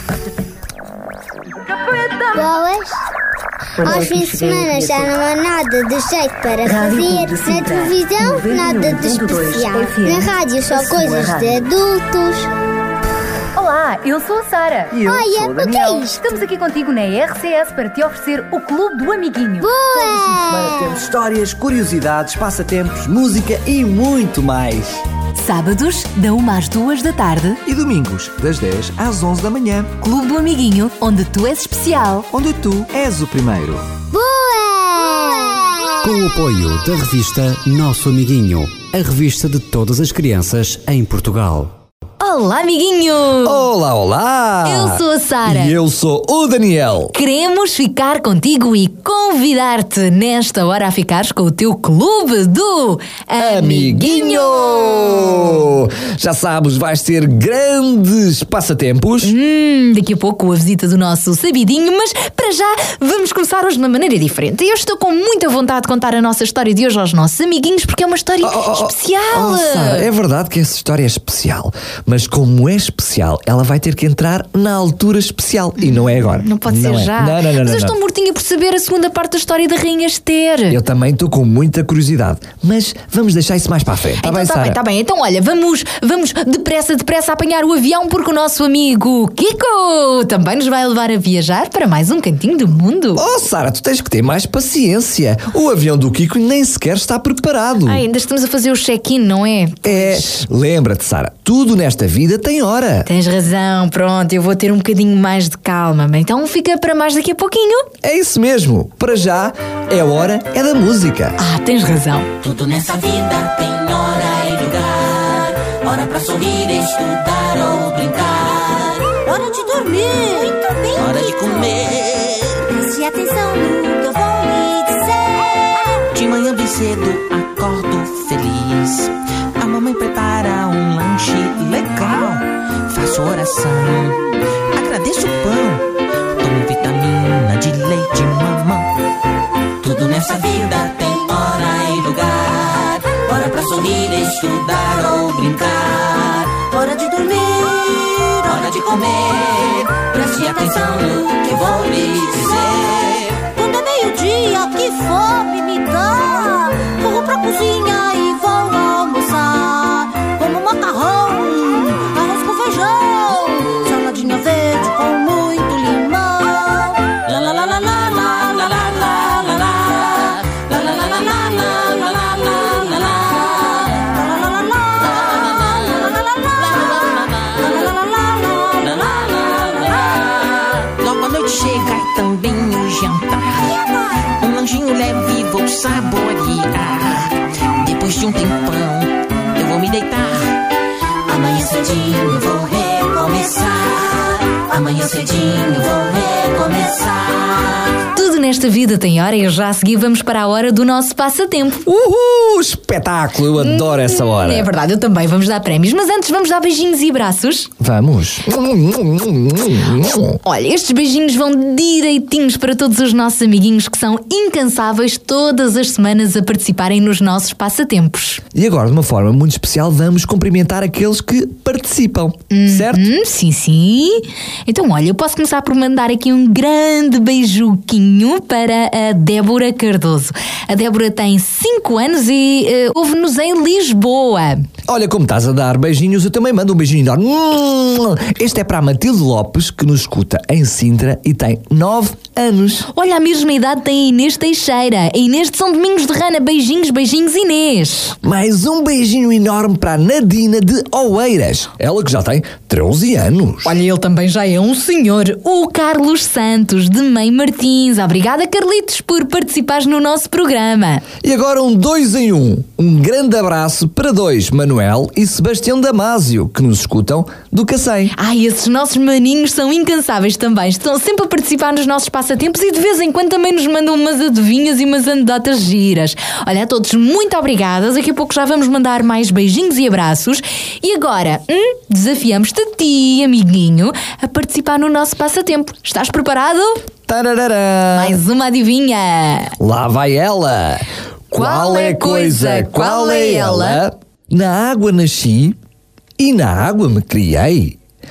Boas. Aos fins de semana já não há nada de jeito para fazer. Na televisão, nada de especial. Na rádio, só coisas de adultos. Olá, eu sou a Sara. Olha, o que é isto? Estamos aqui contigo na RCS para te oferecer o Clube do Amiguinho. Boa! Temos histórias, curiosidades, passatempos, música e muito mais. Sábados, da 1 às 2 da tarde. E domingos, das 10 às 11 da manhã. Clube do Amiguinho, onde tu és especial. Onde tu és o primeiro. Boa! Com o apoio da revista Nosso Amiguinho, a revista de todas as crianças em Portugal. Olá, amiguinho! Olá, olá! Eu sou a Sara. E eu sou o Daniel. Queremos ficar contigo e convidar-te nesta hora a ficares com o teu clube do Amiguinho! Já sabes, vais ter grandes passatempos. Daqui a pouco a visita do nosso sabidinho, mas para já vamos começar hoje de uma maneira diferente. Eu estou com muita vontade de contar a nossa história de hoje aos nossos amiguinhos, porque é uma história especial. Sara, é verdade que essa história é especial, mas como é especial, ela vai ter que entrar na altura especial e não é agora. Não pode ser já. Não. Mas eu estou mortinha por saber a segunda parte da história da Rainha Esther. Eu também estou com muita curiosidade, mas vamos deixar isso mais para a frente. Tá bem. Então olha, vamos depressa apanhar o avião, porque o nosso amigo Kiko também nos vai levar a viajar para mais um cantinho do mundo. Oh, Sara, tu tens que ter mais paciência. O avião do Kiko nem sequer está preparado. Ainda estamos a fazer o check-in, não é? É, lembra-te, Sara, tudo nesta vida tem hora. Tens razão, pronto, eu vou ter um bocadinho mais de calma. Então fica para mais daqui a pouquinho. É isso mesmo. Para já, é hora da música. Tens razão. Tudo nessa vida tem hora e lugar. Hora pra sorrir, estudar ou brincar. Hora de dormir. Muito bem. Hora de comer. Preste atenção no que eu vou lhe dizer. De manhã bem cedo, acordo feliz. A mamãe prepara um lanche legal. Faço oração, agradeço o pão. Tomo vitamina de leite mamão. Tudo nessa vida tem hora e lugar. Hora pra sorrir, estudar ou brincar. Hora de dormir. Hora de comer. Preste atenção no que eu vou lhe dizer. Quando é meio-dia, que fome me dá. Corro pra cozinha e vou almoçar. Como macarrão, arroz com feijão, saladinha verde com muito limão. La la la la la la la la la la la. La la la la la la la la la la. Logo a noite chega e também o jantar. Um lanchinho leve vou saborear. Depois de um tempão eu vou me deitar. Amanhã cedinho vou recomeçar. Amanhã cedinho vou recomeçar. Tudo nesta vida tem hora e já a seguir vamos para a hora do nosso passatempo. Uhul! Espetáculo! Eu adoro essa hora. É verdade, eu também. Vamos dar prémios, mas antes vamos dar beijinhos e abraços. Vamos. Olha, estes beijinhos vão direitinhos para todos os nossos amiguinhos que são incansáveis todas as semanas a participarem nos nossos passatempos. E agora, de uma forma muito especial, vamos cumprimentar aqueles que participam, certo? Sim. Então, olha, eu posso começar por mandar aqui um grande beijuquinho para a Débora Cardoso. A Débora tem 5 anos e ouve-nos em Lisboa. Olha, como estás a dar beijinhos, eu também mando um beijinho enorme. Este é para a Matilde Lopes, que nos escuta em Sintra e tem 9 anos. Olha, a mesma idade tem a Inês Teixeira. A Inês de São Domingos de Rana. Beijinhos, Inês. Mais um beijinho enorme para a Nadina de Oeiras. Ela que já tem 13 anos. Olha, ele também já é um senhor. O Carlos Santos, de Mãe Martins. Obrigada, Carlitos, por participares no nosso programa. E agora um 2 em 1. Um grande abraço para 2, Manuel e Sebastião Damásio, que nos escutam do Cacém. Esses nossos maninhos são incansáveis também. Estão sempre a participar nos nossos passatempos e de vez em quando também nos mandam umas adivinhas e umas anedotas giras. Olha, a todos muito obrigadas. Daqui a pouco já vamos mandar mais beijinhos e abraços. E agora, desafiamos-te a ti, amiguinho, a participar no nosso passatempo. Estás preparado? Tararara. Mais uma adivinha. Lá vai ela. Qual é a coisa, qual é ela? Na água nasci e na água me criei.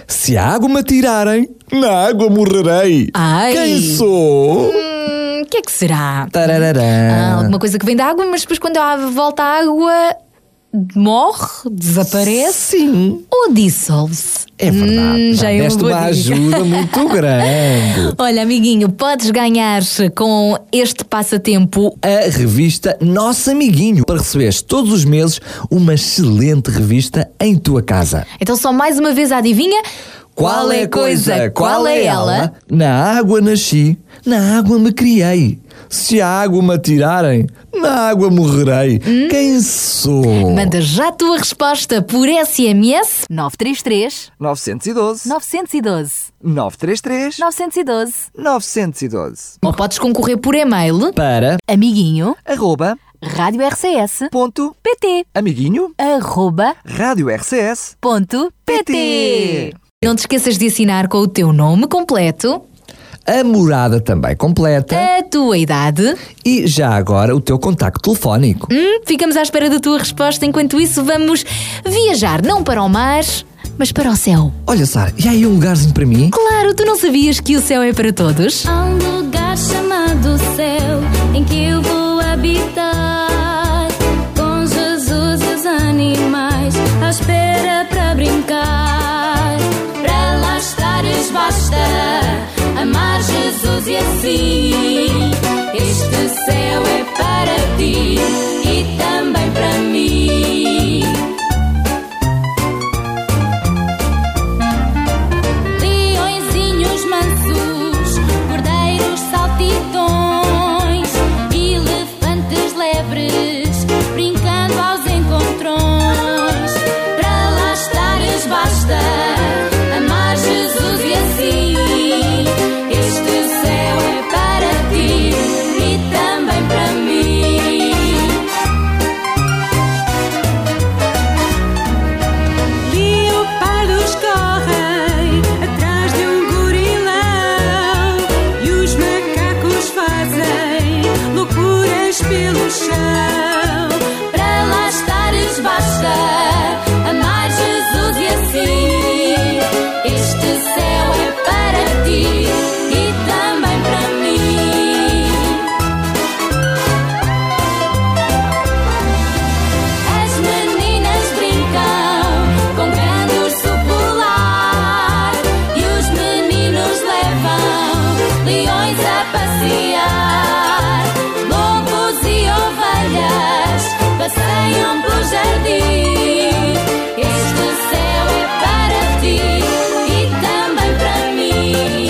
Se a água me atirarem, na água morrerei. Ai. Quem sou? O que é que será? Tarararã. Alguma coisa que vem da água, mas depois quando volta à água morre, desaparece Sim. ou dissolve-se. É verdade. Já é deste uma uma boa dica. ajuda muito grande. Olha, amiguinho, podes ganhar com este passatempo. A revista Nosso Amiguinho, para receberes todos os meses uma excelente revista em tua casa. Então só mais uma vez a adivinha. Qual é a coisa? Qual é ela? Na água nasci, na água me criei. Se a água me atirarem, na água morrerei. Quem sou? Manda já a tua resposta por SMS 933 912 912 933 912. 912. Ou podes concorrer por e-mail Para amiguinho arroba radiorcs.pt ponto amiguinho arroba radiorcs.pt. .pt. Não te esqueças de assinar com o teu nome completo, A morada também completa a tua idade. e já agora o teu contacto telefónico. Ficamos à espera da tua resposta. Enquanto isso, vamos viajar não para o mar, mas para o céu. Olha, Sara, e há aí um lugarzinho para mim? Claro, tu não sabias que o céu é para todos? Há um lugar chamado céu em que eu vou habitar, com Jesus e os animais à espera para brincar. Para lá estares basta amar Jesus e assim este céu é para ti e também para mim. Leõezinhos mansos, cordeiros saltitões, elefantes lebres, brincando aos encontrões. Para lá estares basta amar Jesus e assim este céu é para ti e também para mim. Leopardos correm atrás de um gorilão e os macacos fazem loucuras pelo chão. Para lá estares basta amar Jesus e assim este céu é para ti e também para mim. As meninas brincam com grande urso polar e os meninos levam leões a passear. Lobos e ovelhas passeiam pelo jardim. Este céu é para ti e também para mim.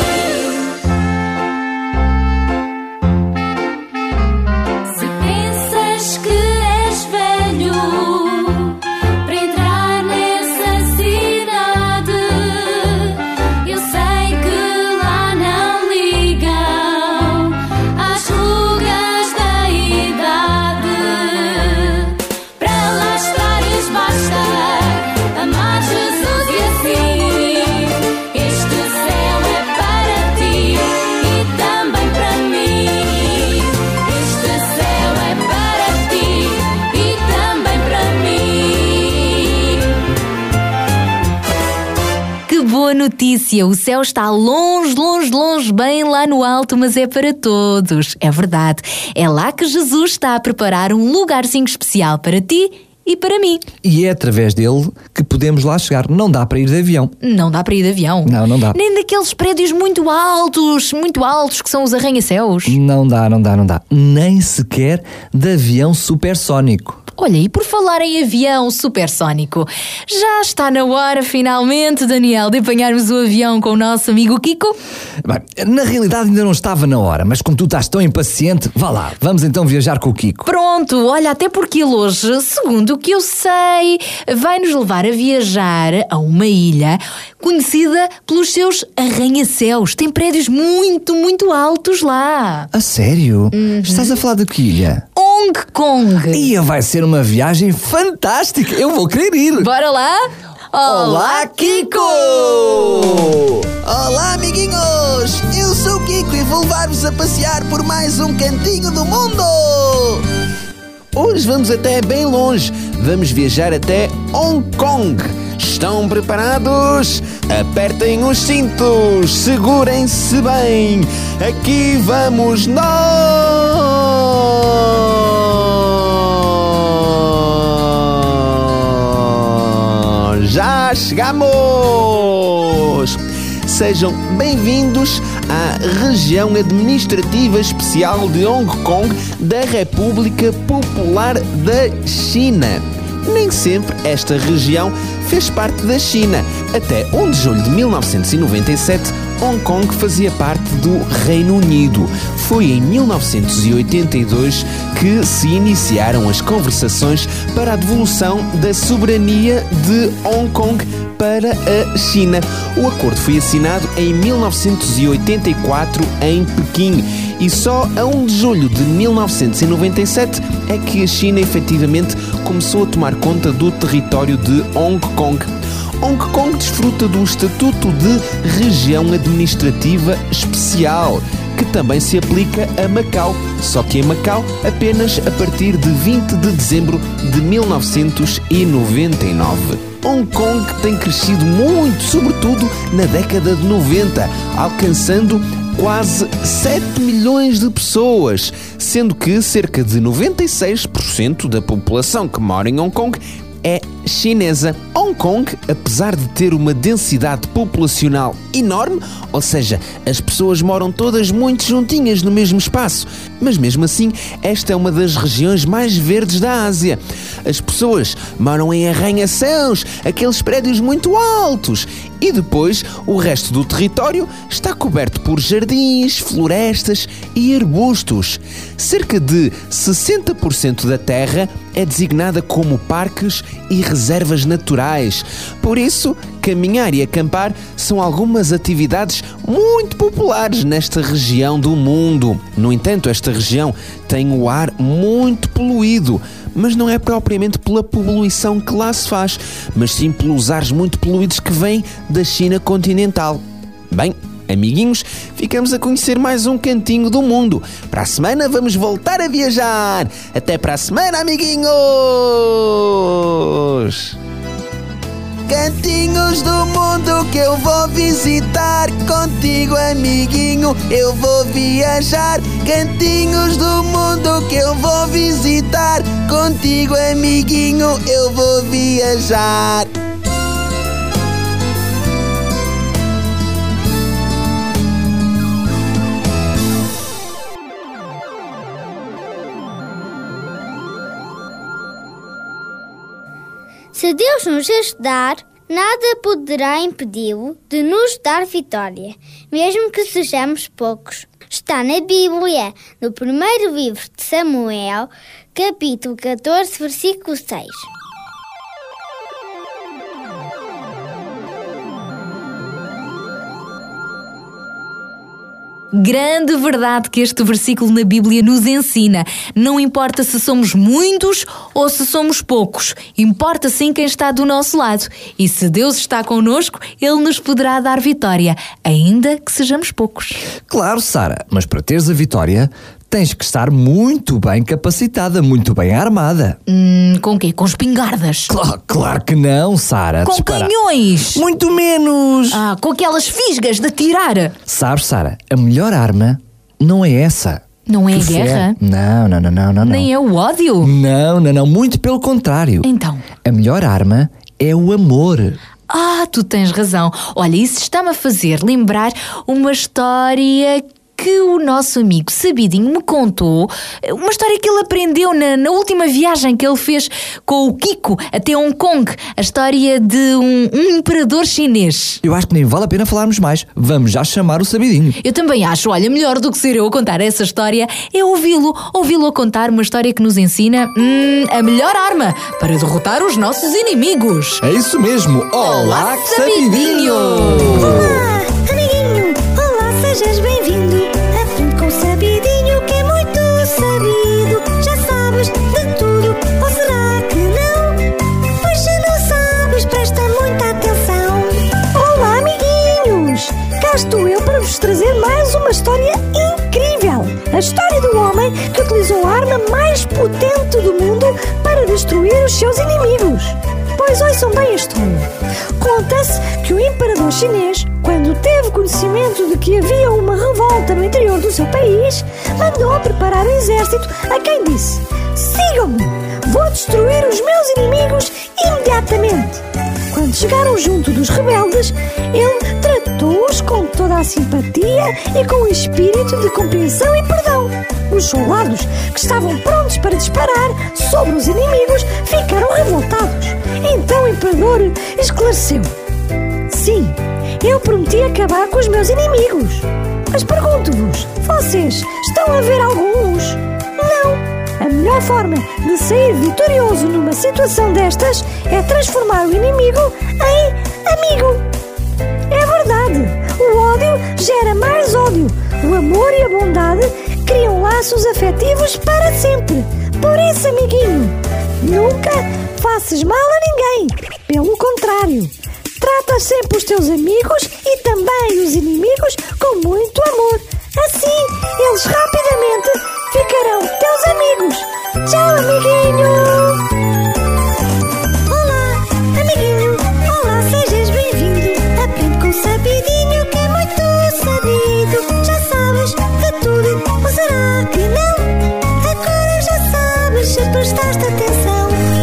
Se pensas que és velho para entrar nessa cidade, eu sei que lá não ligam às rugas da idade. Para lá estares basta amar Jesus e assim este céu é para ti e também para mim. Este céu é para ti e também para mim. Que boa notícia! O céu está longe, longe, longe, bem lá no alto, mas é para todos. É verdade. É lá que Jesus está a preparar um lugarzinho especial para ti e para mim. E é através dele que podemos lá chegar. Não dá para ir de avião. Não dá para ir de avião. Não, não dá. Nem daqueles prédios muito altos que são os arranha-céus. Não dá. Nem sequer de avião supersónico. Olha, e por falar em avião supersónico, já está na hora, finalmente, Daniel, de apanharmos o avião com o nosso amigo Kiko? Bem, na realidade ainda não estava na hora, mas como tu estás tão impaciente, vá lá, vamos então viajar com o Kiko. Pronto, olha, até porque ele hoje, segundo o que eu sei, vai nos levar a viajar a uma ilha conhecida pelos seus arranha-céus. Tem prédios muito, muito altos lá. A sério? Estás a falar de que ilha? Hong Kong. Ia, vai ser uma viagem fantástica, eu vou querer ir. Bora lá? Olá, Kiko! Olá, amiguinhos! Eu sou o Kiko e vou levar-vos a passear por mais um cantinho do mundo! Hoje vamos até bem longe. Vamos viajar até Hong Kong. Estão preparados? Apertem os cintos, segurem-se bem. Aqui vamos nós! Já chegamos! Sejam bem-vindos à região administrativa especial de Hong Kong da República Popular da China. Nem sempre esta região fez parte da China. Até 1 de julho de 1997, Hong Kong fazia parte do Reino Unido. Foi em 1982 que se iniciaram as conversações para a devolução da soberania de Hong Kong para a China. O acordo foi assinado em 1984 em Pequim e só a 1 de julho de 1997 é que a China efetivamente começou a tomar conta do território de Hong Kong. Hong Kong desfruta do Estatuto de Região Administrativa Especial, que também se aplica a Macau, só que em Macau apenas a partir de 20 de dezembro de 1999. Hong Kong tem crescido muito, sobretudo na década de 90, alcançando quase 7 milhões de pessoas, sendo que cerca de 96% da população que mora em Hong Kong é chinesa. Hong Kong, apesar de ter uma densidade populacional enorme, ou seja, as pessoas moram todas muito juntinhas no mesmo espaço, mas mesmo assim, esta é uma das regiões mais verdes da Ásia. As pessoas moram em arranha-céus, aqueles prédios muito altos, e depois o resto do território está coberto por jardins, florestas e arbustos. Cerca de 60% da terra é designada como parques e reservas naturais. Por isso, caminhar e acampar são algumas atividades muito populares nesta região do mundo. No entanto, esta região tem o ar muito poluído, mas não é propriamente pela poluição que lá se faz, mas sim pelos ares muito poluídos que vêm da China continental. Bem, amiguinhos, ficamos a conhecer mais um cantinho do mundo. Para a semana vamos voltar a viajar. Até para a semana, amiguinhos! Cantinhos do mundo que eu vou visitar. Contigo, amiguinho, eu vou viajar. Cantinhos do mundo que eu vou visitar. Contigo, amiguinho, eu vou viajar. Se Deus nos ajudar, nada poderá impedi-lo de nos dar vitória, mesmo que sejamos poucos. Está na Bíblia, no primeiro livro de Samuel, capítulo 14, versículo 6. Grande verdade que este versículo na Bíblia nos ensina. Não importa se somos muitos ou se somos poucos. Importa sim quem está do nosso lado. E se Deus está connosco, Ele nos poderá dar vitória, ainda que sejamos poucos. Claro, Sara, mas para teres a vitória, tens que estar muito bem capacitada, muito bem armada. Com quê? Com espingardas? Claro que não, Sara. Com canhões? Muito menos. Com aquelas fisgas de atirar. Sabes, Sara, a melhor arma não é essa. Não é a guerra? Não. Nem é o ódio? Não, muito pelo contrário. Então? A melhor arma é o amor. Tu tens razão. Olha, isso está-me a fazer lembrar uma história que o nosso amigo Sabidinho me contou, uma história que ele aprendeu na última viagem que ele fez com o Kiko até Hong Kong, a história de um imperador chinês. Eu acho que nem vale a pena falarmos mais, vamos já chamar o Sabidinho. Eu também acho, olha, melhor do que ser eu a contar essa história é ouvi-lo a contar uma história que nos ensina a melhor arma para derrotar os nossos inimigos. É isso mesmo, olá Sabidinho! Olá, amiguinho, olá, sejas bem-vindo. Aprende com o Sabidinho que é muito sabido. Já sabes de tudo, ou será que não? Pois se não sabes, presta muita atenção. Olá, amiguinhos, cá estou eu para vos trazer mais uma história incrível. A história do homem que utilizou a arma mais potente do mundo para destruir os seus inimigos. Pois ouçam bem a história. Conta-se que o imperador chinês, quando teve conhecimento de que havia uma revolta no interior do seu país, mandou preparar um exército a quem disse: sigam-me, vou destruir os meus inimigos imediatamente. Quando chegaram junto dos rebeldes, ele tratou-os com toda a simpatia e com o espírito de compreensão e perdão. Os soldados, que estavam prontos para disparar sobre os inimigos, ficaram revoltados. Então o imperador esclareceu: sim, eu prometi acabar com os meus inimigos. Mas pergunto-vos, vocês estão a ver alguns? Não. A melhor forma de sair vitorioso numa situação destas é transformar o inimigo em amigo. É verdade, o ódio gera mais ódio. O amor e a bondade criam laços afetivos para sempre. Por isso, amiguinho, nunca faças mal a ninguém. Pelo contrário, trata sempre os teus amigos e também os inimigos com muito amor. Assim, eles rapidamente ficarão teus amigos. Tchau, amiguinho! Olá, amiguinho! Olá, sejas bem-vindo! Aprende com o sabidinho que é muito sabido. Já sabes de tudo, ou será que não? Agora já sabes se prestaste atenção.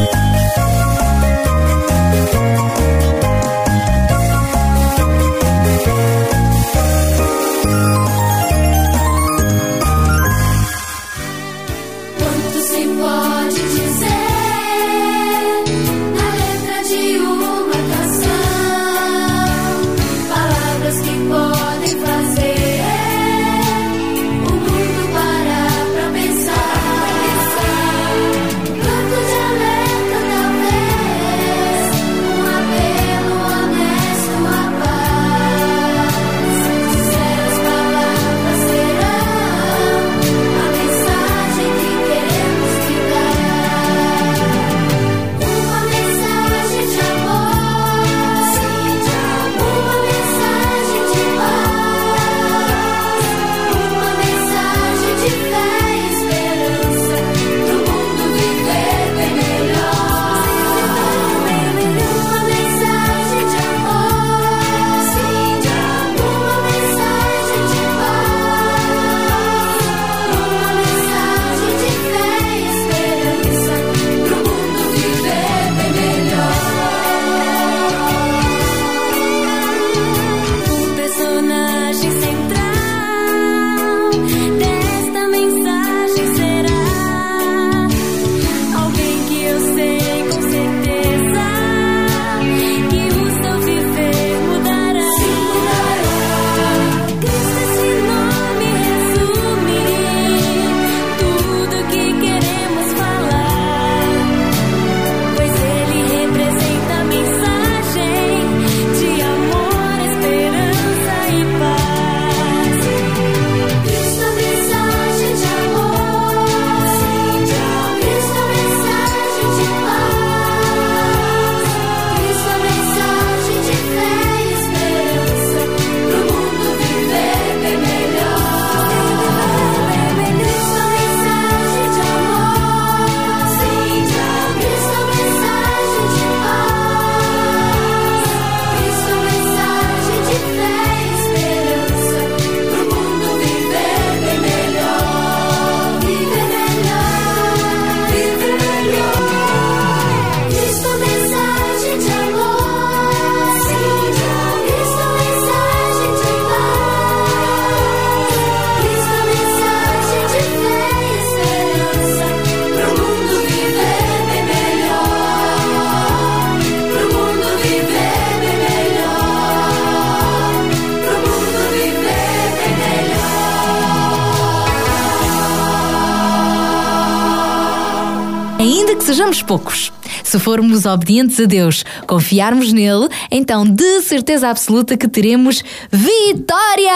Ainda que sejamos poucos, se formos obedientes a Deus, confiarmos nele, então de certeza absoluta que teremos vitória!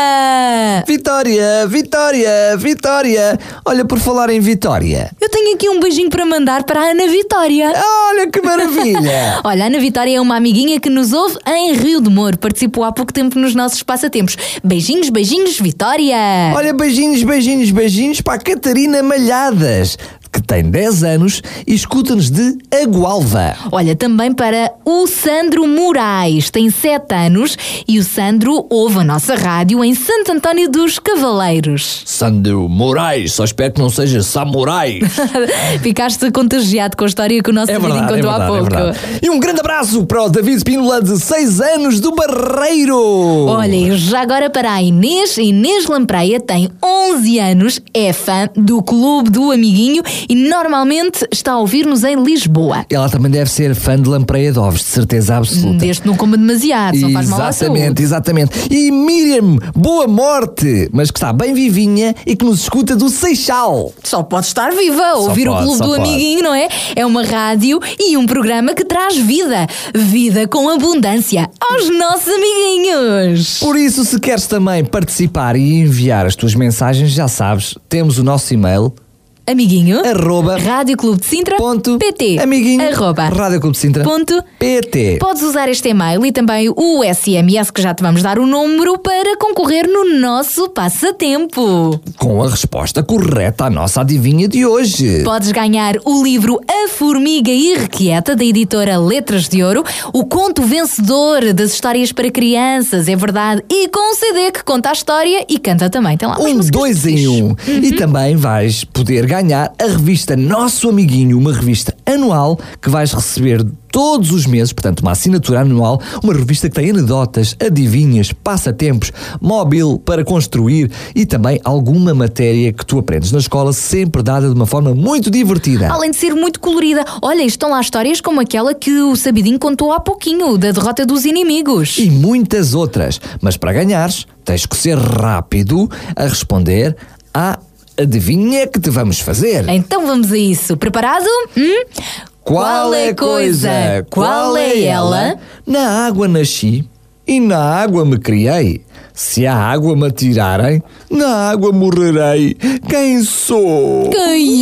Vitória, vitória, vitória! Olha, por falar em vitória, eu tenho aqui um beijinho para mandar para a Ana Vitória. Olha que maravilha! Olha, a Ana Vitória é uma amiguinha que nos ouve em Rio de Moro. Participou há pouco tempo nos nossos passatempos. Beijinhos, beijinhos, Vitória! Olha, beijinhos, beijinhos, beijinhos para a Catarina Malhadas. que tem 10 anos e escuta-nos de Agualva. Olha, também para o Sandro Moraes, tem 7 anos e o Sandro ouve a nossa rádio em Santo António dos Cavaleiros. Sandro Moraes, só espero que não seja samurai. Ficaste contagiado com a história que o nosso David contou há pouco. E um grande abraço para o David Spínola, de 6 anos, do Barreiro. Olha, e já agora para a Inês Lampreia, tem 11 anos, é fã do Clube do Amiguinho e normalmente está a ouvir-nos em Lisboa. Ela também deve ser fã de lampreia de ovos, de certeza absoluta. Desde que não coma demasiado, só faz mal à saúde. Exatamente. E Miriam, boa morte, mas que está bem vivinha e que nos escuta do Seixal. Só pode estar viva, ouvir o Clube do Amiguinho, não é? É uma rádio e um programa que traz vida. Vida com abundância aos nossos amiguinhos. Por isso, se queres também participar e enviar as tuas mensagens, já sabes, temos o nosso e-mail amiguinho @radioclubedesintra.pt amiguinho @radioclubedesintra.pt. Podes usar este e-mail e também o SMS, que já te vamos dar o número, para concorrer no nosso passatempo. Com a resposta correta à nossa adivinha de hoje. Podes ganhar o livro A Formiga Irrequieta, da editora Letras de Ouro, o conto vencedor das histórias para crianças, é verdade, e com um CD que conta a história e canta também. Tem lá umas músicas 2 em 1. E também vais poder ganhar a revista Nosso Amiguinho, uma revista anual que vais receber todos os meses, portanto uma assinatura anual, uma revista que tem anedotas, adivinhas, passatempos, móvel para construir e também alguma matéria que tu aprendes na escola, sempre dada de uma forma muito divertida. Além de ser muito colorida. Olha, estão lá histórias como aquela que o Sabidinho contou há pouquinho, da derrota dos inimigos. E muitas outras. Mas para ganhares, tens que ser rápido a responder à adivinha que te vamos fazer. Então vamos a isso. Preparado? Qual é a coisa? Qual é ela? Na água nasci e na água me criei. Se à água me atirarem, na água morrerei. Quem sou? Quem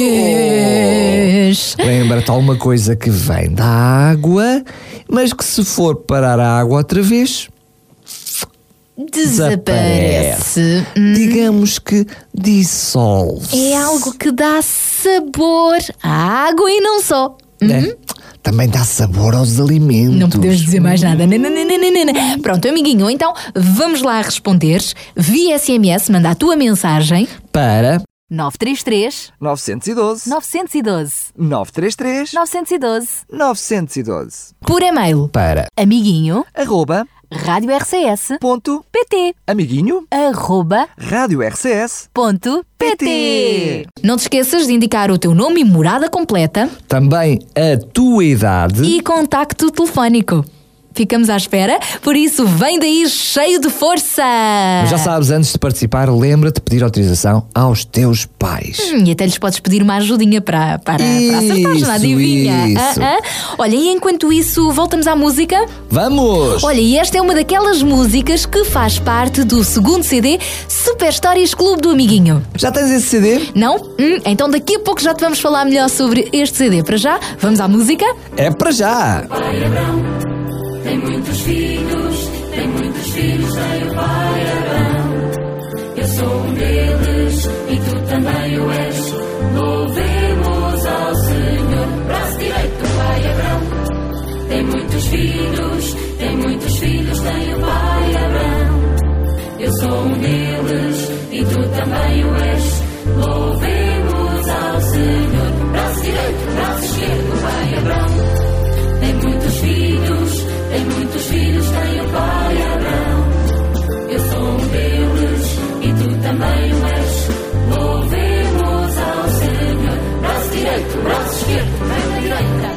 és? Lembra-te alguma coisa que vem da água, mas que se for parar a água outra vez, desaparece. Digamos que dissolve. É algo que dá sabor à água e não só. Também dá sabor aos alimentos. Não podemos dizer mais nada. Pronto, amiguinho, então vamos lá responder. Via SMS, manda a tua mensagem para 933 912 912 933 912 912. Por e-mail para amiguinho @radiorcs.pt amiguinho @radiorcs.pt. Não te esqueças de indicar o teu nome e morada completa, também a tua idade e contacto telefónico. Ficamos à espera, por isso vem daí cheio de força! Mas já sabes, antes de participar, lembra-te de pedir autorização aos teus pais. E até lhes podes pedir uma ajudinha para acertares na adivinha. Olha, e enquanto isso, voltamos à música? Vamos! Olha, e esta é uma daquelas músicas que faz parte do segundo CD Super Histórias Clube do Amiguinho. Já tens esse CD? Não? Então daqui a pouco já te vamos falar melhor sobre este CD. Para já, vamos à música? É para já! Pai Abrão tem muitos filhos, tem o pai Abrão. Eu sou um deles e tu também o és. Louvemos ao Senhor. Braço direito do pai Abrão. Tem muitos filhos, tem o pai Abrão. Eu sou um deles e tu também o és. Louvemos ao Senhor. Braço direito, braço esquerdo do pai Abrão. Tem muitos filhos, tem o pai Abrão. Eu sou um deles e tu também o és. Louvemos ao Senhor. Braço direito, braço esquerdo, perna direita.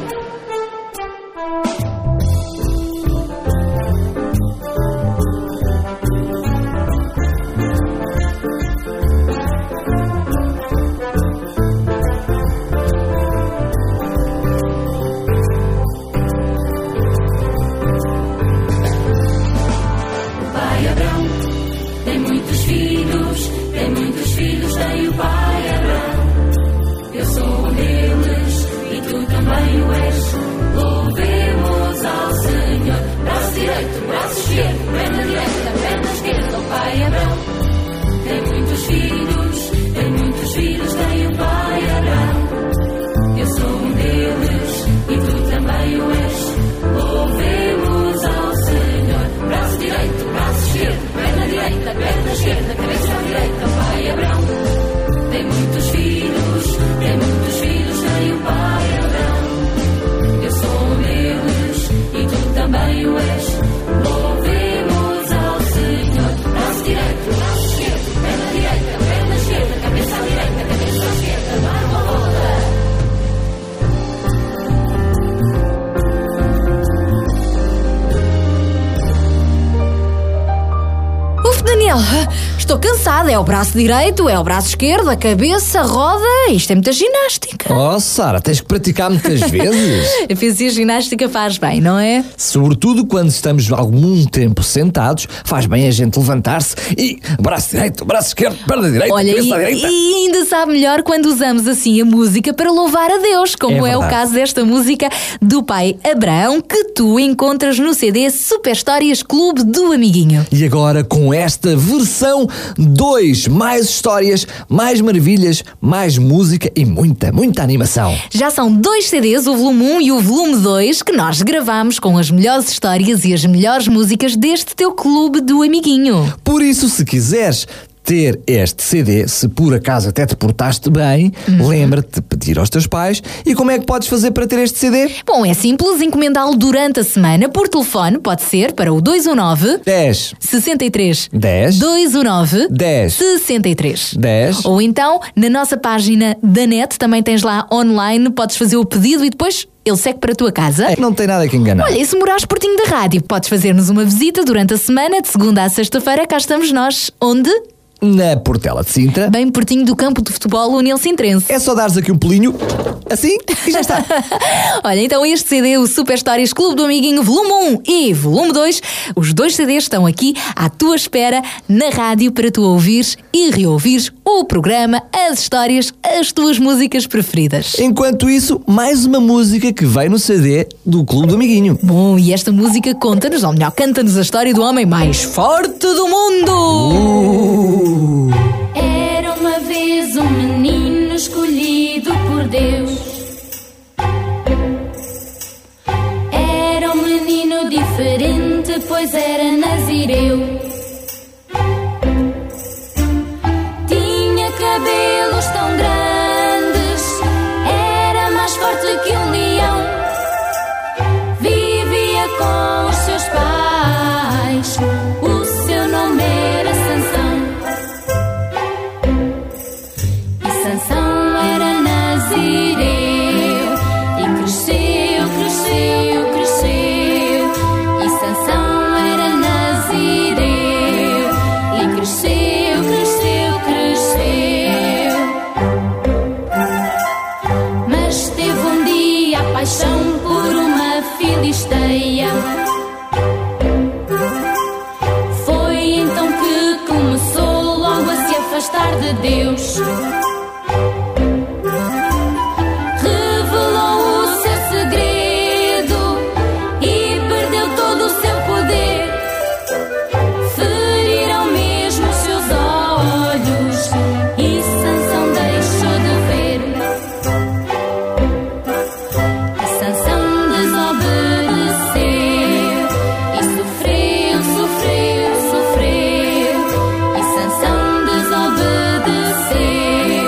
Tem o pai Abrão. Eu sou um deles e tu também o és. Louvemos ao Senhor. Braço direito, braço esquerdo, perna direita, perna esquerda, o pai Abrão. Tem muitos filhos, tem o pai Abrão. Daniel, estou cansada. É o braço direito, é o braço esquerdo, a cabeça, a roda. Isto é muita ginástica. Oh, Sara, tens que praticar muitas vezes. Eu pensei a ginástica faz bem, não é? Sobretudo quando estamos algum tempo sentados, faz bem a gente levantar-se e braço direito, braço esquerdo, perna direita, Olha, cabeça direita. E ainda sabe melhor quando usamos assim a música para louvar a Deus, como é o caso desta música do pai Abraão, que tu encontras no CD Super Histórias Clube do Amiguinho. E agora com esta versão 2, mais histórias, mais maravilhas, mais música e muita, muita animação. Já são 2 CDs, o volume 1 e o volume 2, que nós gravamos com as melhores histórias e as melhores músicas deste teu Clube do Amiguinho. Por isso, se quiseres ter este CD, se por acaso até te portaste bem, lembra-te de pedir aos teus pais. E como é que podes fazer para ter este CD? Bom, é simples, encomendá-lo durante a semana por telefone, pode ser para o 219 10 63 10 219 10 63 10. Ou então, na nossa página da net, também tens lá online, podes fazer o pedido e depois ele segue para a tua casa. Não tem nada que enganar. Olha, e se morares pertinho da rádio, podes fazer-nos uma visita durante a semana, de segunda a sexta-feira, cá estamos nós. Onde? Na Portela de Sintra. Bem pertinho do campo de futebol União Sintrense. É só dares aqui um pulinho, assim, e já está. Olha, então este CD, o Super Histórias Clube do Amiguinho, volume 1 e volume 2, os 2 CDs estão aqui à tua espera na rádio para tu ouvires e reouvires o programa, as histórias, as tuas músicas preferidas. Enquanto isso, mais uma música que vem no CD do Clube do Amiguinho. Bom, e esta música conta-nos, ou melhor, canta-nos a história do homem mais forte do mundo. Era uma vez um menino escolhido por Deus. Era um menino diferente, pois era nazireu. Tinha cabelos tão grandes, era mais forte que um leão. Vivia com os seus pais, o seu nome era Sansão. Sansão era nazireu e cresceu, cresceu, cresceu. E Sansão era nazireu e cresceu, cresceu, cresceu. Mas teve um dia a paixão por uma filisteia. Foi então que começou logo a se afastar de Deus. Sofreu, e Sansão desobedeceu.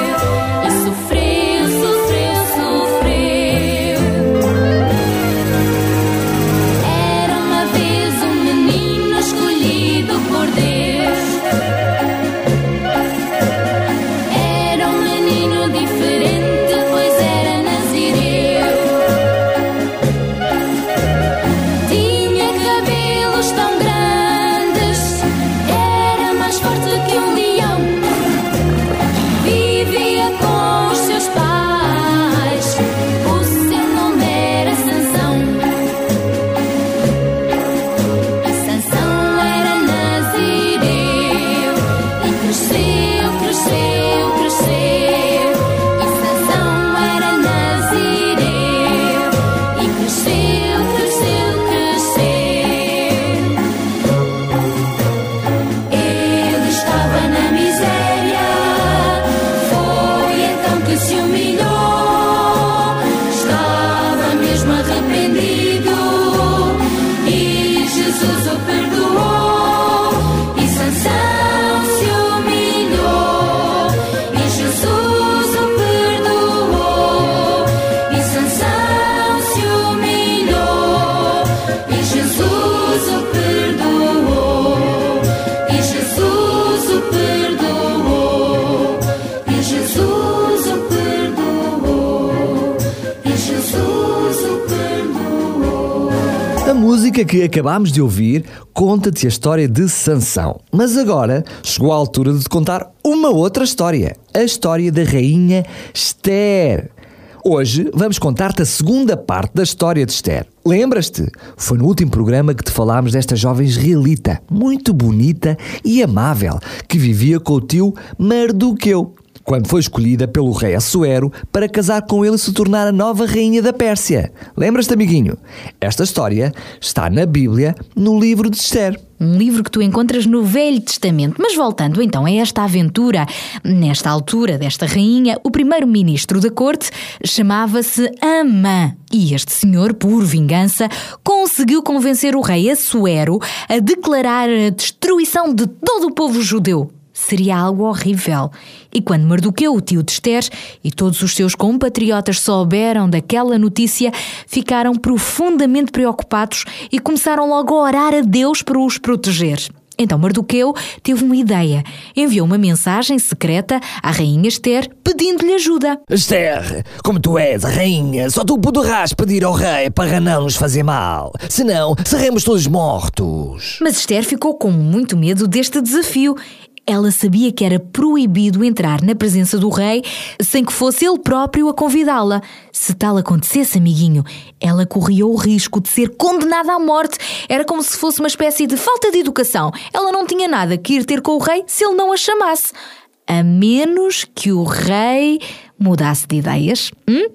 música que acabámos de ouvir conta-te a história de Sansão. Mas agora chegou a altura de te contar uma outra história. A história da rainha Esther. Hoje vamos contar-te a segunda parte da história de Esther. Lembras-te? Foi no último programa que te falámos desta jovem israelita, muito bonita e amável, que vivia com o tio Mardoqueu, quando foi escolhida pelo rei Assuero para casar com ele e se tornar a nova rainha da Pérsia. Lembras-te, amiguinho? Esta história está na Bíblia, no livro de Esther. Um livro que tu encontras no Velho Testamento. Mas voltando então a esta aventura, nesta altura desta rainha, o primeiro-ministro da corte chamava-se Amã. E este senhor, por vingança, conseguiu convencer o rei Assuero a declarar a destruição de todo o povo judeu. Seria algo horrível. E quando Mardoqueu, o tio de Esther, e todos os seus compatriotas souberam daquela notícia, ficaram profundamente preocupados e começaram logo a orar a Deus para os proteger. Então Mardoqueu teve uma ideia. Enviou uma mensagem secreta à rainha Esther pedindo-lhe ajuda. Esther, como tu és a rainha, só tu poderás pedir ao rei para não nos fazer mal. Senão, seremos todos mortos. Mas Esther ficou com muito medo deste desafio. Ela sabia que era proibido entrar na presença do rei sem que fosse ele próprio a convidá-la. Se tal acontecesse, amiguinho, ela corria o risco de ser condenada à morte. Era como se fosse uma espécie de falta de educação. Ela não tinha nada que ir ter com o rei se ele não a chamasse. A menos que o rei mudasse de ideias.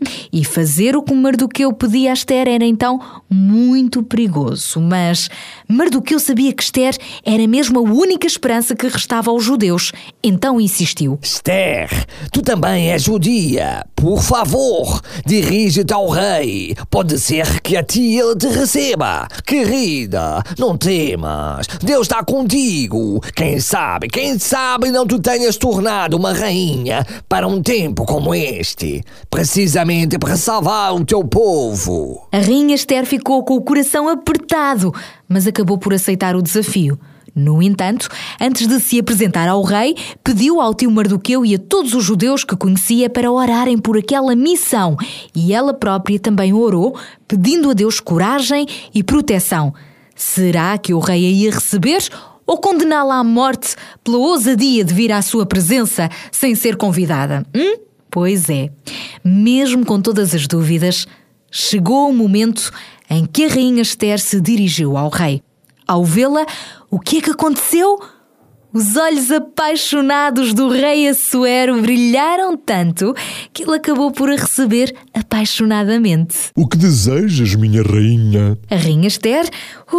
E fazer o que Mardoqueu pedia a Esther era então muito perigoso. Mas Mardoqueu sabia que Esther era mesmo a única esperança que restava aos judeus. Então insistiu. Esther, tu também és judia. Por favor, dirige-te ao rei. Pode ser que a ti ele te receba. Querida, não temas. Deus está contigo. Quem sabe não te tenhas tornado uma rainha para um tempo como este, precisamente para salvar o teu povo. A rainha Esther ficou com o coração apertado, mas acabou por aceitar o desafio. No entanto, antes de se apresentar ao rei, pediu ao tio Mardoqueu e a todos os judeus que conhecia para orarem por aquela missão. E ela própria também orou, pedindo a Deus coragem e proteção. Será que o rei a ia receber ou condená-la à morte pela ousadia de vir à sua presença sem ser convidada? Pois é, mesmo com todas as dúvidas, chegou o momento em que a rainha Esther se dirigiu ao rei. Ao vê-la, o que é que aconteceu? Os olhos apaixonados do rei Assuero brilharam tanto que ele acabou por a receber apaixonadamente. O que desejas, minha rainha? A rainha Esther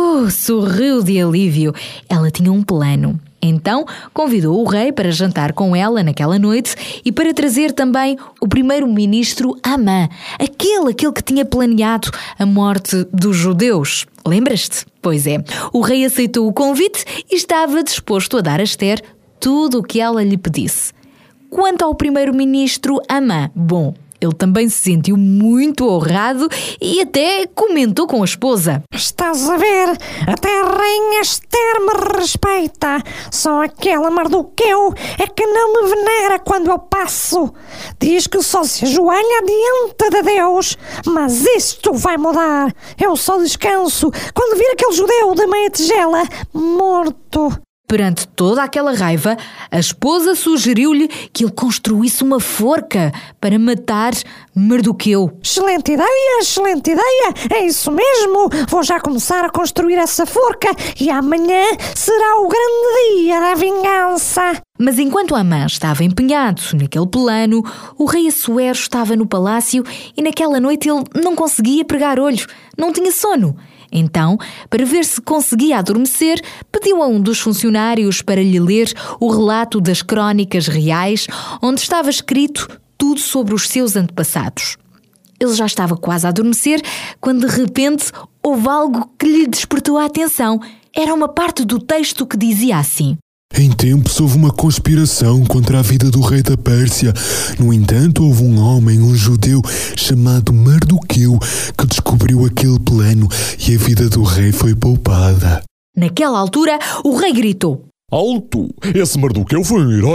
sorriu de alívio. Ela tinha um plano. Então convidou o rei para jantar com ela naquela noite e para trazer também o primeiro-ministro Amã, aquele que tinha planeado a morte dos judeus. Lembras-te? Pois é, o rei aceitou o convite e estava disposto a dar a Esther tudo o que ela lhe pedisse. Quanto ao primeiro-ministro Amã, bom, ele também se sentiu muito honrado e até comentou com a esposa. Estás a ver? Até a rainha Esther me respeita. Só aquela Mardoqueu é que não me venera quando eu passo. Diz que só se ajoelha diante de Deus. Mas isto vai mudar. Eu só descanso quando vir aquele judeu da meia tigela morto. Perante toda aquela raiva, a esposa sugeriu-lhe que ele construísse uma forca para matar Mardoqueu. Excelente ideia, é isso mesmo. Vou já começar a construir essa forca e amanhã será o grande dia da vingança. Mas enquanto Amã estava empenhado naquele plano, o rei Assuero estava no palácio e naquela noite ele não conseguia pregar olho, não tinha sono. Então, para ver se conseguia adormecer, pediu a um dos funcionários para lhe ler o relato das crónicas reais, onde estava escrito tudo sobre os seus antepassados. Ele já estava quase a adormecer, quando de repente houve algo que lhe despertou a atenção. Era uma parte do texto que dizia assim: Em tempos houve uma conspiração contra a vida do rei da Pérsia. No entanto, houve um homem, um judeu, chamado Mardoqueu, que descobriu aquele plano e a vida do rei foi poupada. Naquela altura, o rei gritou: Alto! Esse Mardoqueu foi um herói.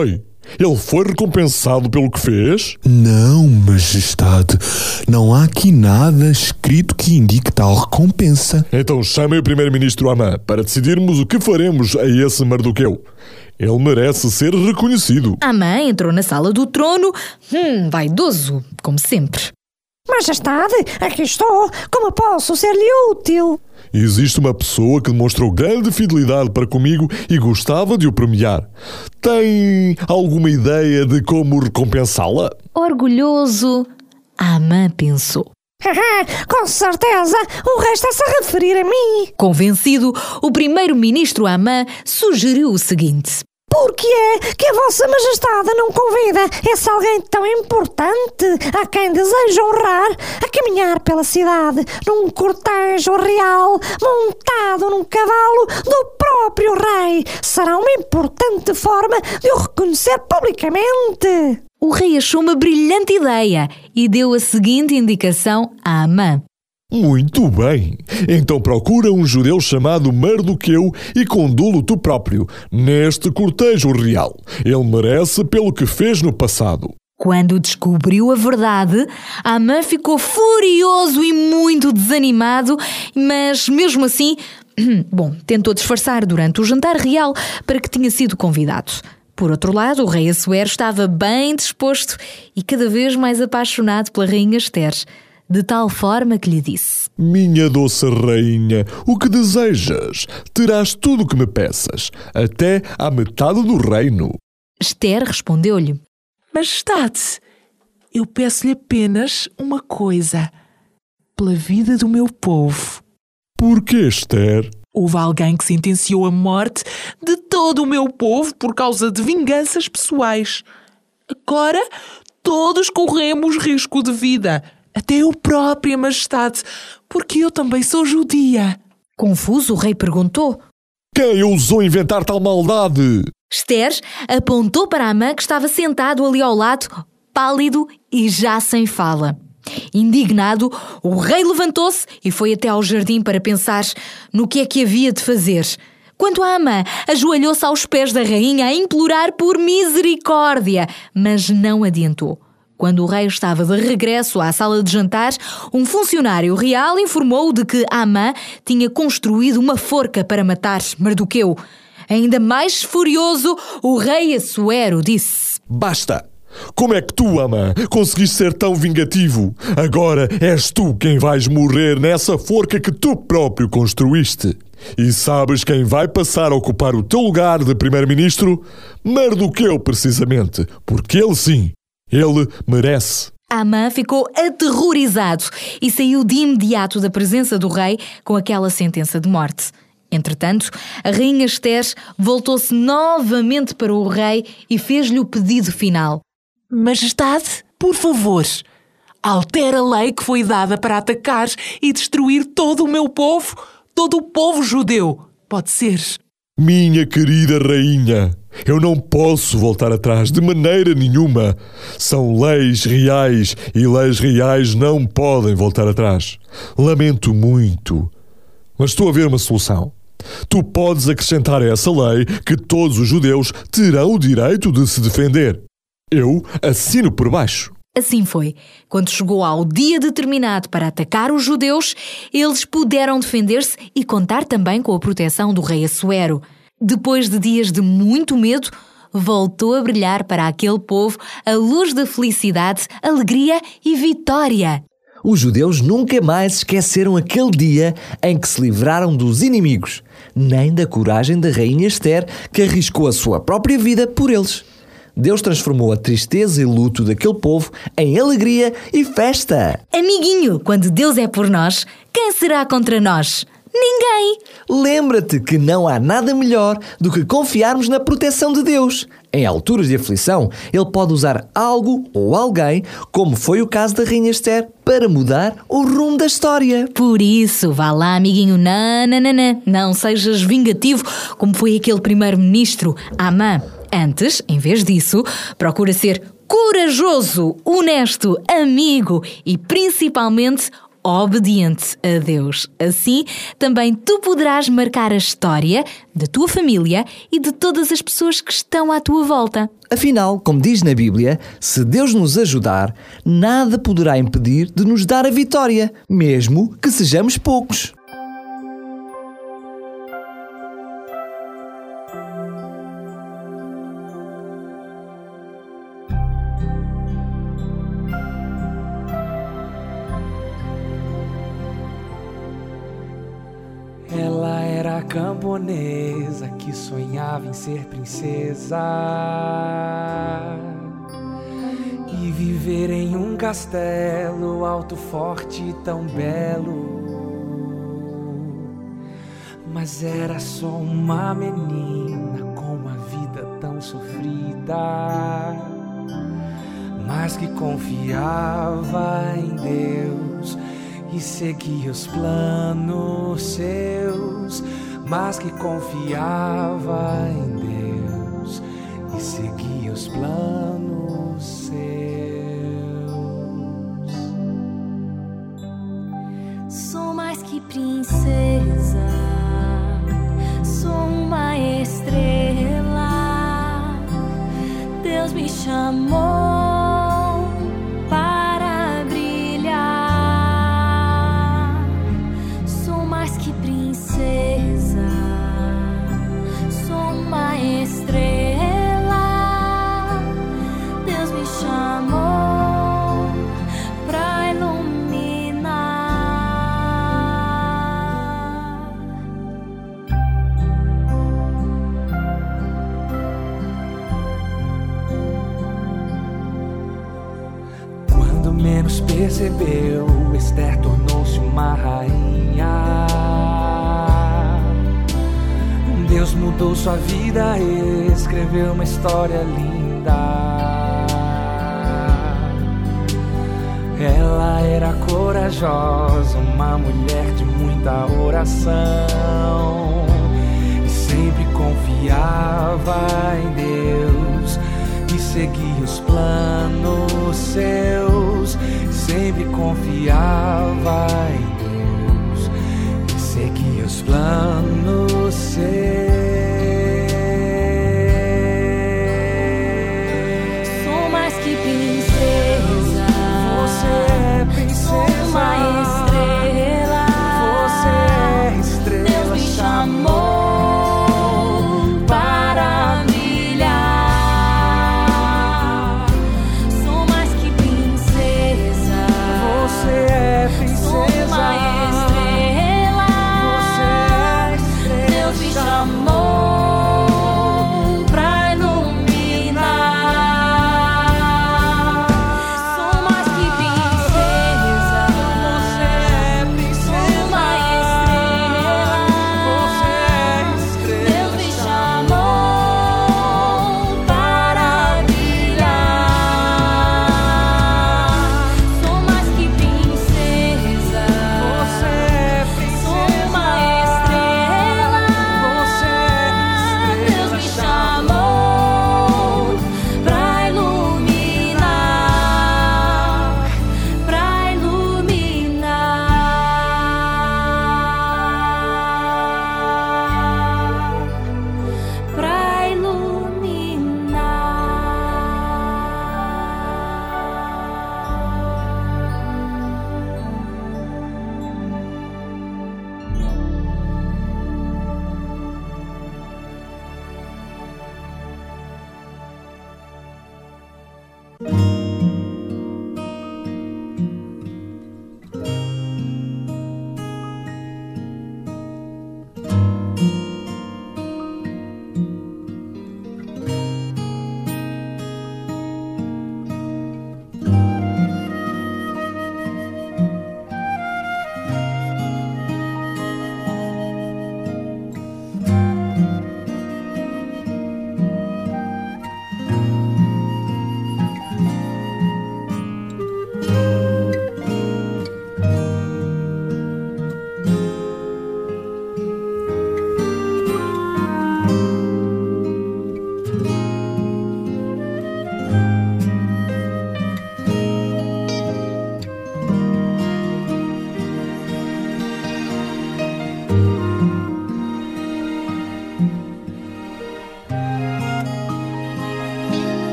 Ele foi recompensado pelo que fez? Não, Majestade. Não há aqui nada escrito que indique tal recompensa. Então chamem o primeiro-ministro Amã para decidirmos o que faremos a esse Mardoqueu. Ele merece ser reconhecido. Amã entrou na sala do trono, vaidoso, como sempre. Majestade, aqui estou. Como posso ser-lhe útil? Existe uma pessoa que demonstrou grande fidelidade para comigo e gostava de o premiar. Tem alguma ideia de como recompensá-la? Orgulhoso, Amã pensou. Com certeza, o resto é-se a referir a mim. Convencido, o primeiro-ministro Amã sugeriu o seguinte: Por que é que a vossa majestade não convida esse alguém tão importante a quem deseja honrar a caminhar pela cidade num cortejo real montado num cavalo do próprio rei? Será uma importante forma de o reconhecer publicamente. O rei achou uma brilhante ideia e deu a seguinte indicação a Amã. Muito bem. Então procura um judeu chamado Mardoqueu e condulo tu próprio neste cortejo real. Ele merece pelo que fez no passado. Quando descobriu a verdade, Amã ficou furioso e muito desanimado, mas mesmo assim, tentou disfarçar durante o jantar real para que tinha sido convidado. Por outro lado, o rei Assuero estava bem disposto e cada vez mais apaixonado pela rainha Ester, de tal forma que lhe disse: Minha doce rainha, o que desejas? Terás tudo o que me peças, até à metade do reino. Ester respondeu-lhe: Majestade, eu peço-lhe apenas uma coisa, pela vida do meu povo. Por que, Ester? Houve alguém que sentenciou a morte de todo o meu povo por causa de vinganças pessoais. Agora todos corremos risco de vida, até eu própria, majestade, porque eu também sou judia. Confuso, o rei perguntou: Quem ousou inventar tal maldade? Ester apontou para Amã, que estava sentado ali ao lado, pálido e já sem fala. Indignado, o rei levantou-se e foi até ao jardim para pensar no que é que havia de fazer. Quanto a Amã, ajoelhou-se aos pés da rainha a implorar por misericórdia, mas não adiantou. Quando o rei estava de regresso à sala de jantar, um funcionário real informou-o de que Amã tinha construído uma forca para matar Mardoqueu. Ainda mais furioso, o rei Assuero disse: Basta! Como é que tu, Amã, conseguiste ser tão vingativo? Agora és tu quem vais morrer nessa forca que tu próprio construíste. E sabes quem vai passar a ocupar o teu lugar de primeiro-ministro? Mardoqueu, precisamente, porque ele sim, ele merece. Amã ficou aterrorizado e saiu de imediato da presença do rei com aquela sentença de morte. Entretanto, a rainha Ester voltou-se novamente para o rei e fez-lhe o pedido final. Majestade, por favor, altera a lei que foi dada para atacar e destruir todo o meu povo, todo o povo judeu. Pode ser. Minha querida rainha, eu não posso voltar atrás de maneira nenhuma. São leis reais e leis reais não podem voltar atrás. Lamento muito, mas estou a ver uma solução. Tu podes acrescentar a essa lei que todos os judeus terão o direito de se defender. Eu assino por baixo. Assim foi. Quando chegou ao dia determinado para atacar os judeus, eles puderam defender-se e contar também com a proteção do rei Assuero. Depois de dias de muito medo, voltou a brilhar para aquele povo a luz da felicidade, alegria e vitória. Os judeus nunca mais esqueceram aquele dia em que se livraram dos inimigos, nem da coragem da rainha Ester, que arriscou a sua própria vida por eles. Deus transformou a tristeza e luto daquele povo em alegria e festa. Amiguinho, quando Deus é por nós, quem será contra nós? Ninguém! Lembra-te que não há nada melhor do que confiarmos na proteção de Deus. Em alturas de aflição, Ele pode usar algo ou alguém, como foi o caso da rainha Ester, para mudar o rumo da história. Por isso, vá lá, amiguinho, não sejas vingativo como foi aquele primeiro-ministro, Amã. Antes, em vez disso, procura ser corajoso, honesto, amigo e, principalmente, obediente a Deus. Assim, também tu poderás marcar a história da tua família e de todas as pessoas que estão à tua volta. Afinal, como diz na Bíblia, se Deus nos ajudar, nada poderá impedir de nos dar a vitória, mesmo que sejamos poucos. Ela era camponesa que sonhava em ser princesa e viver em um castelo alto, forte e tão belo. Mas era só uma menina com uma vida tão sofrida, mas que confiava em Deus e seguia os planos seus, mas que confiava em Deus e seguia os planos seus. Sou mais que princesa, sou uma estrela. Deus me chamou para brilhar. Sou mais que princesa, sou uma estrela. Deus me chamou para iluminar. Quando menos percebeu, Esther tornou-se uma rainha. Deus mudou sua vida e escreveu uma história linda. Ela era corajosa, uma mulher de muita oração, e sempre confiava em Deus e seguia os planos seus. Sempre confiava em Deus e seguia os planos seus. Sou mais que princesa, você é princesa. sou uma estrela. Você é estrela. Deus me chamou para brilhar. Sou mais que princesa, Você é princesa. sou uma estrela. Você é estrela. Deus me chamou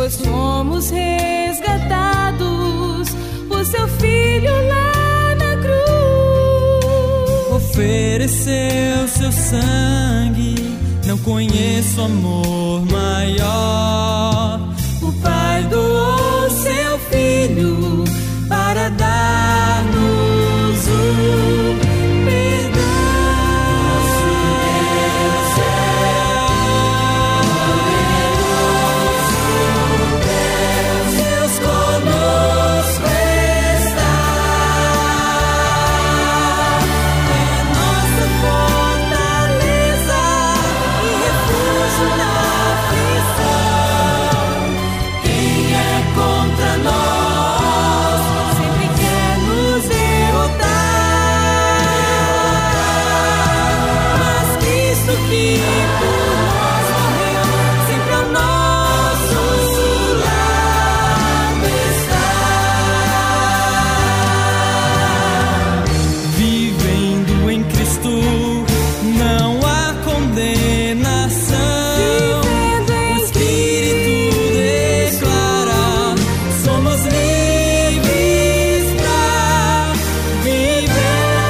pois fomos resgatados por seu filho lá na cruz. Ofereceu seu sangue, não conheço amor maior. O Pai doou seu filho para dar-nos o perdão. Deus conosco está, é nossa fortaleza e refúgio na aflição. Quem é contra nós sempre quer nos derrotar, mas Cristo que por nós morreu sempre ao nosso lado está. Vivendo em Cristo não há condenação. O Espírito declara: somos livres pra viver.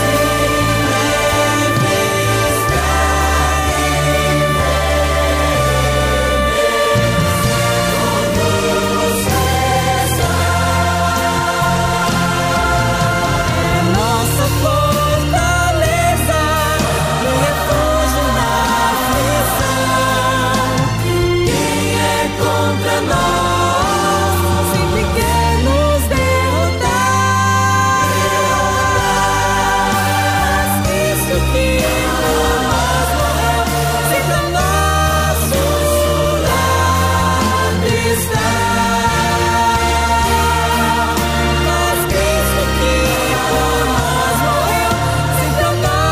É nossa fortaleza e refúgio na aflição. Quem é contra nós sempre quer nos derrotar, mas Cristo que por nós morreu sempre ao nosso lado está. Mas Cristo que por nós morreu sempre ao nosso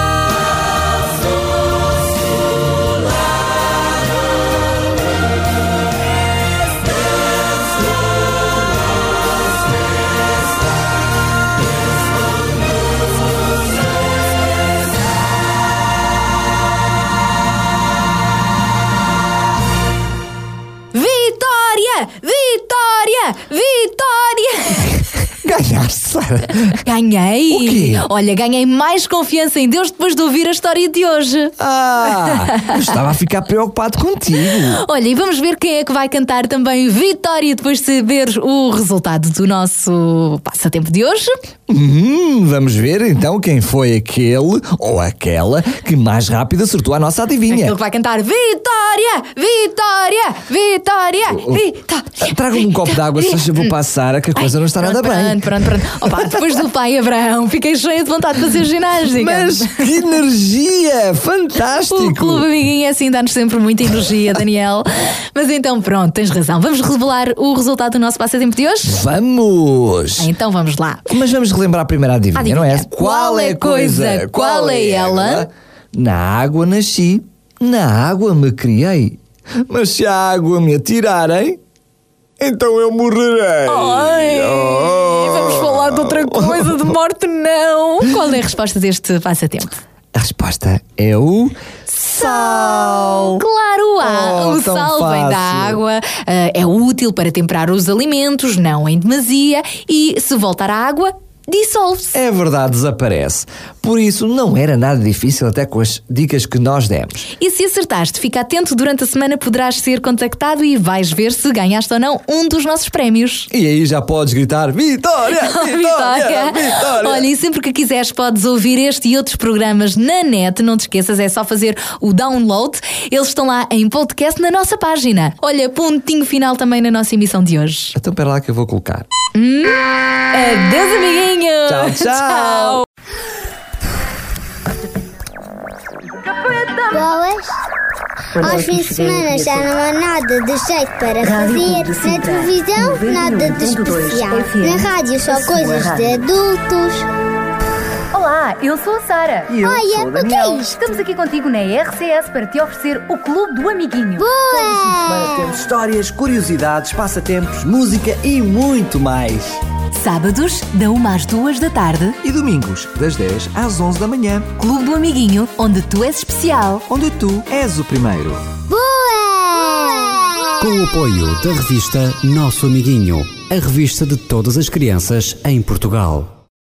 Vitória! Vitória! Vitória! Ganhaste, Sara. Ganhei! O quê? Olha, ganhei mais confiança em Deus depois de ouvir a história de hoje. Eu estava a ficar preocupado contigo. Olha, e vamos ver quem é que vai cantar também Vitória depois de saber o resultado do nosso passatempo de hoje. Vamos ver então quem foi aquele ou aquela que mais rápido acertou a nossa adivinha. Aquele que vai cantar Vitória! Vitória! Vitória! Vitória! Traga-me um copo de água, se faz favor, para a Sara, que a coisa não está nada bem. Pronto. Opa, depois do pai Abraão, fiquei cheia de vontade de fazer ginástica. Mas que energia! Fantástico! O Clube Amiguinho assim dá-nos sempre muita energia, Daniel. Mas então pronto, tens razão. Vamos revelar o resultado do nosso passatempo de hoje? Vamos! Então vamos lá. Mas vamos relembrar a primeira adivinha, não é? Qual é coisa? Qual é ela? Na água nasci, na água me criei. Mas se a água me atirarem, então eu morrerei. Vamos falar de outra coisa, de morte não. Qual é a resposta deste passatempo? A resposta é o sal. Claro, o sal vem da água, é útil para temperar os alimentos, não em demasia, e se voltar à água, dissolve-se. É verdade, desaparece. Por isso não era nada difícil até com as dicas que nós demos. E se acertaste, fica atento, durante a semana poderás ser contactado e vais ver se ganhaste ou não um dos nossos prémios. E aí já podes gritar Vitória! Vitória! Vitória! Olha, e sempre que quiseres podes ouvir este e outros programas na net. Não te esqueças, é só fazer o download. Eles estão lá em podcast na nossa página. Olha, pontinho final também na nossa emissão de hoje. Então espera lá que eu vou colocar. Adeus, amiguinho! Tchau, tchau! Boas? Aos fins de semana já não há nada de jeito para fazer. Na televisão, nada de especial. Na rádio, só coisas de adultos. Olá, eu sou a Sara. E eu sou o Daniel. Estamos aqui contigo na RCS para te oferecer o Clube do Amiguinho. Boa! Temos histórias, curiosidades, passatempos, música e muito mais. Sábados, da 1 às 2 da tarde. E domingos, das 10 às 11 da manhã. Clube do Amiguinho, onde tu és especial. Onde tu és o primeiro. Boa! Com o apoio da revista Nosso Amiguinho, a revista de todas as crianças em Portugal.